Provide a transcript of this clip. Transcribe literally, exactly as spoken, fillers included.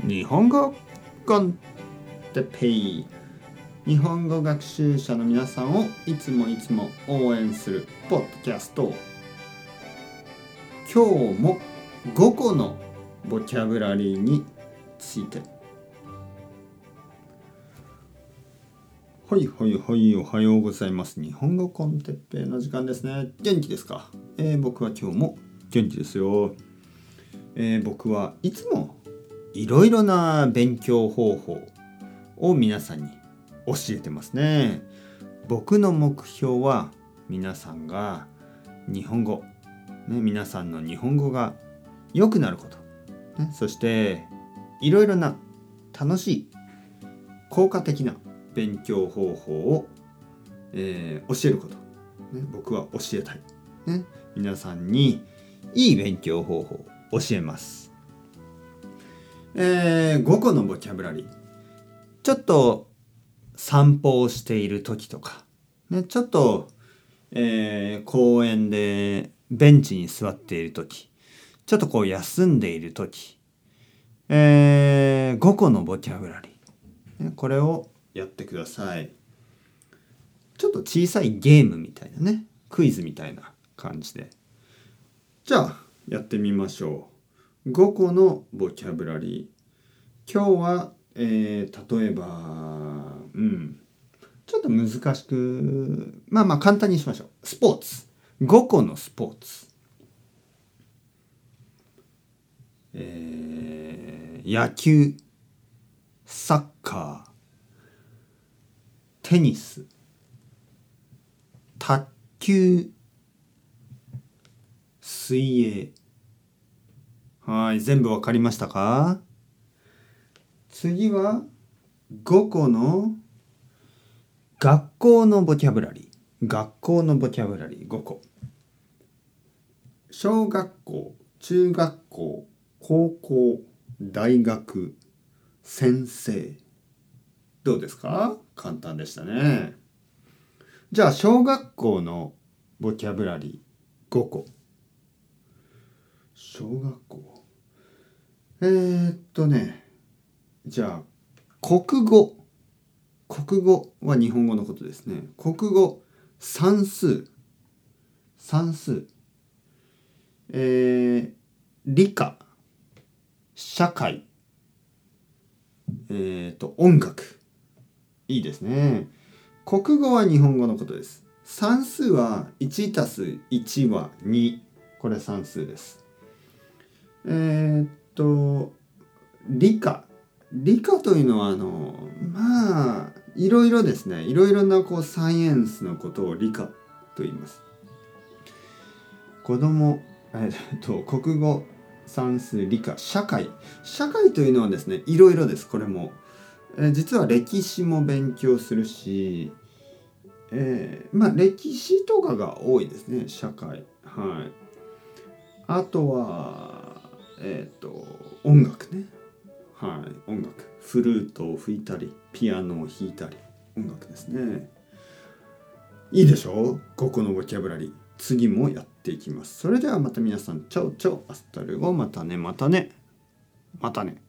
日本語コンテペイ。日本語学習者の皆さんをいつもいつも応援するポッドキャスト。今日もごこのボキャブラリーについて。はいはいはい、おはようございます。日本語コンテッペイの時間ですね。元気ですか？えー、僕は今日も元気ですよ。えー、僕はいつもいろいろな勉強方法を皆さんに教えてますね。僕の目標は皆さんが日本語、ね、皆さんの日本語が良くなること、ね、そしていろいろな楽しい効果的な勉強方法を、えー、教えること、ね、僕は教えたい、ね、皆さんにいい勉強方法を教えます。えー、ごこのボキャブラリー。ちょっと散歩をしている時とか、ね、ちょっと、えー、公園でベンチに座っている時、ちょっとこう休んでいる時、えー、ごこのボキャブラリー、ね、これをやってください。ちょっと小さいゲームみたいなね、クイズみたいな感じで。じゃあやってみましょう。ごこのボキャブラリー。今日は、えー、例えば、うん、ちょっと難しく、まあまあ簡単にしましょう。スポーツ。ごこのスポーツ。えー、野球、サッカー、テニス、卓球、水泳。はい、全部わかりましたか？次はごこの学校のボキャブラリー。学校のボキャブラリーごこ。小学校、中学校、高校、大学、先生。どうですか？簡単でしたね。じゃあ小学校のボキャブラリーごこ。小学校。えー、っとね、じゃあ国語。国語は日本語のことですね。国語、算数。算数。えー、理科。社会。えー、と、音楽。いいですね。国語は日本語のことです。算数はいちたすいちはに。これ算数です。えー、っと、理科。理科というのは、あの、まあ、いろいろですね。いろいろなこうサイエンスのことを理科と言います。子供、えー、っと、国語、算数、理科、社会。社会というのはですね、いろいろです。これも。えー、実は歴史も勉強するし、えー、まあ歴史とかが多いですね。社会。はい。あとは、えっと、音楽ね。はい。音楽。フルートを吹いたり、ピアノを弾いたり。音楽ですね。いいでしょう？ごこのボキャブラリー。次もやっていきます。それではまた皆さん、チャオチャオ、アスタルゴ、またね、またね。またね。